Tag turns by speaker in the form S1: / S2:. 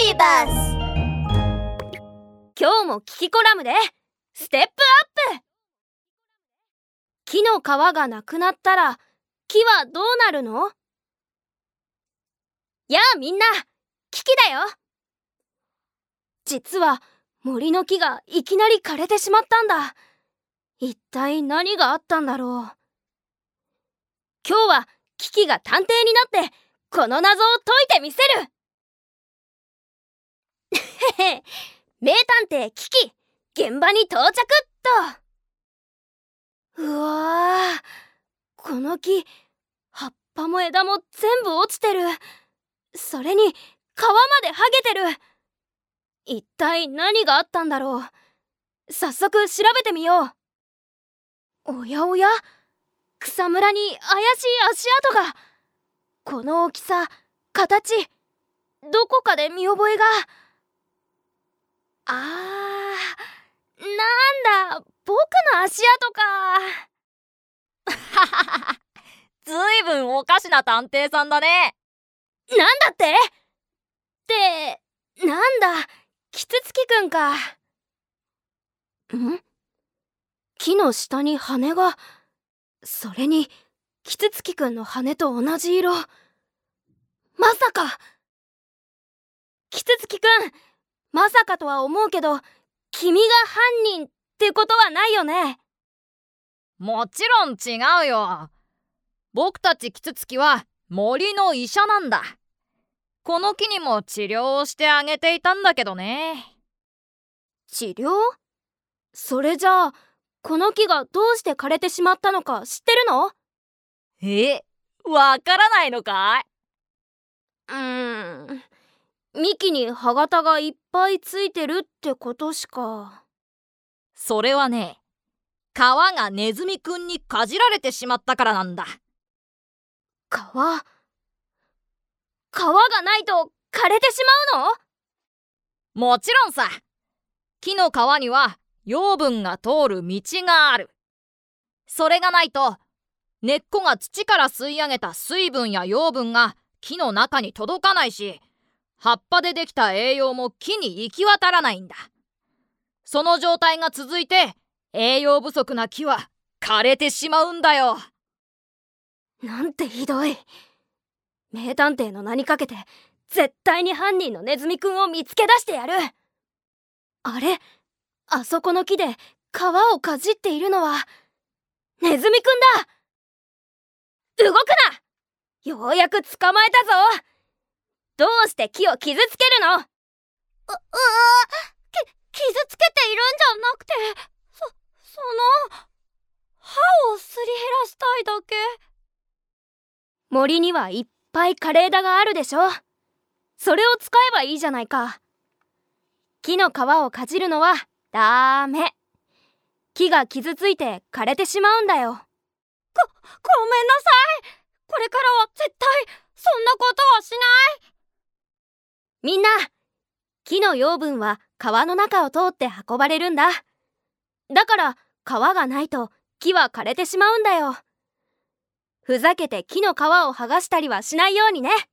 S1: ビバス。今日もキキコラムでステップアップ。木の皮がなくなったら木はどうなるの？やあみんな、キキだよ。実は森の木がいきなり枯れてしまったんだ。一体何があったんだろう。今日はキキが探偵になってこの謎を解いてみせる。へへ、名探偵キキ、現場に到着っと。うわー、この木、葉っぱも枝も全部落ちてる。それに皮まで剥げてる。一体何があったんだろう。早速調べてみよう。おやおや、草むらに怪しい足跡が。この大きさ、形、どこかで見覚えが。なんだ、僕の足跡か。
S2: ははは。ずいぶんおかしな探偵さんだね。
S1: なんだって？なんだ、キツツキくんか。木の下に羽が。それにキツツキくんの羽と同じ色。まさか。キツツキくん、まさかとは思うけど、君が犯人ってことはないよね？
S2: もちろん違うよ。僕たちキツツキは森の医者なんだ。この木にも治療をしてあげていたんだけどね。
S1: 治療？それじゃあこの木がどうして枯れてしまったのか知ってるの？
S2: わからないのかい？
S1: 幹に葉型がいっぱいついてるってことしか。
S2: それはね、皮がネズミくんにかじられてしまったからなんだ。
S1: 皮がないと枯れてしまうの？
S2: もちろんさ。木の皮には養分が通る道がある。それがないと根っこが土から吸い上げた水分や養分が木の中に届かないし、葉っぱでできた栄養も木に行き渡らないんだ。その状態が続いて栄養不足な木は枯れてしまうんだよ。
S1: なんてひどい。名探偵の名にかけて絶対に犯人のネズミくんを見つけ出してやる。あれ、あそこの木で皮をかじっているのはネズミくんだ。動くな。ようやく捕まえたぞ。どうして木を傷つけるの？傷つけているんじゃなくて、その歯をすり減らしたいだけ。森にはいっぱい枯れ枝があるでしょ。それを使えばいいじゃないか。木の皮をかじるのはダメ。木が傷ついて枯れてしまうんだよ。ごめんなさい。これからは絶対そんなことはしない。みんな、木の養分は皮の中を通って運ばれるんだ。だから皮がないと木は枯れてしまうんだよ。ふざけて木の皮を剥がしたりはしないようにね。